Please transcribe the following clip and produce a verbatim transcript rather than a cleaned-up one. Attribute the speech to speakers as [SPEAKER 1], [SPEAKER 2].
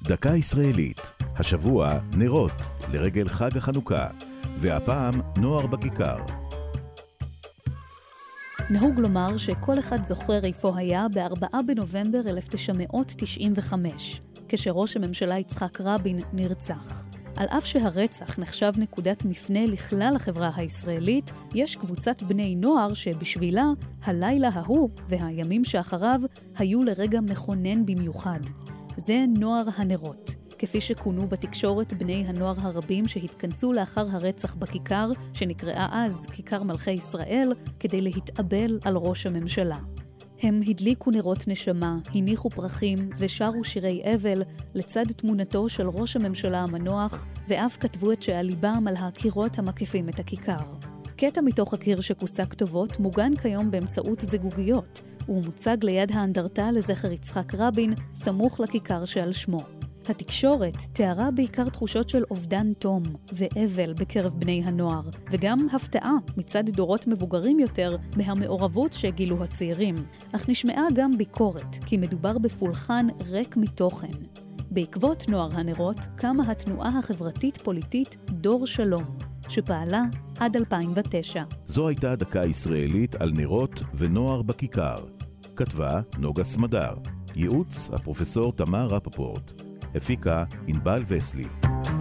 [SPEAKER 1] דקה ישראלית, השבוע נרות לרגל חג החנוכה, והפעם נוער בכיכר.
[SPEAKER 2] נהוג לומר שכל אחד זוכר איפה היה ב-ארבעה בנובמבר אלף תשע מאות תשעים וחמש, כשראש הממשלה יצחק רבין נרצח. על אף שהרצח נחשב נקודת מפנה לכלל החברה הישראלית, יש קבוצת בני נוער שבשבילה הלילה ההוא והימים שאחריו היו לרגע מכונן במיוחד. זה נוער הנרות, כפי שכונו בתקשורת בני הנוער הרבים שהתכנסו לאחר הרצח בכיכר, שנקראה אז כיכר מלכי ישראל, כדי להתאבל על ראש הממשלה. הם הדליקו נרות נשמה, הניחו פרחים ושרו שירי אבל לצד תמונתו של ראש הממשלה המנוח, ואף כתבו את שעל ליבם על הקירות המקיפים את הכיכר. קטע מתוך הקיר שכוסה כתובות מוגן כיום באמצעות זגוגיות, הוא מוצג ליד האנדרטה לזכר יצחק רבין, סמוך לכיכר שעל שמו. התקשורת תיארה בעיקר תחושות של אובדן תום ואבל בקרב בני הנוער, וגם הפתעה מצד דורות מבוגרים יותר מהמעורבות שהגילו הצעירים. אך נשמעה גם ביקורת, כי מדובר בפולחן ריק מתוכן. בעקבות נוער הנרות קמה התנועה החברתית-פוליטית דור שלום, שפעלה עד אלפיים ותשע.
[SPEAKER 1] זו הייתה דקה ישראלית על נרות ונוער בכיכר. כתבה נוגה סמדר. ייעוץ הפרופסור תמר רפפורט. הפיקה ענבל וסלי.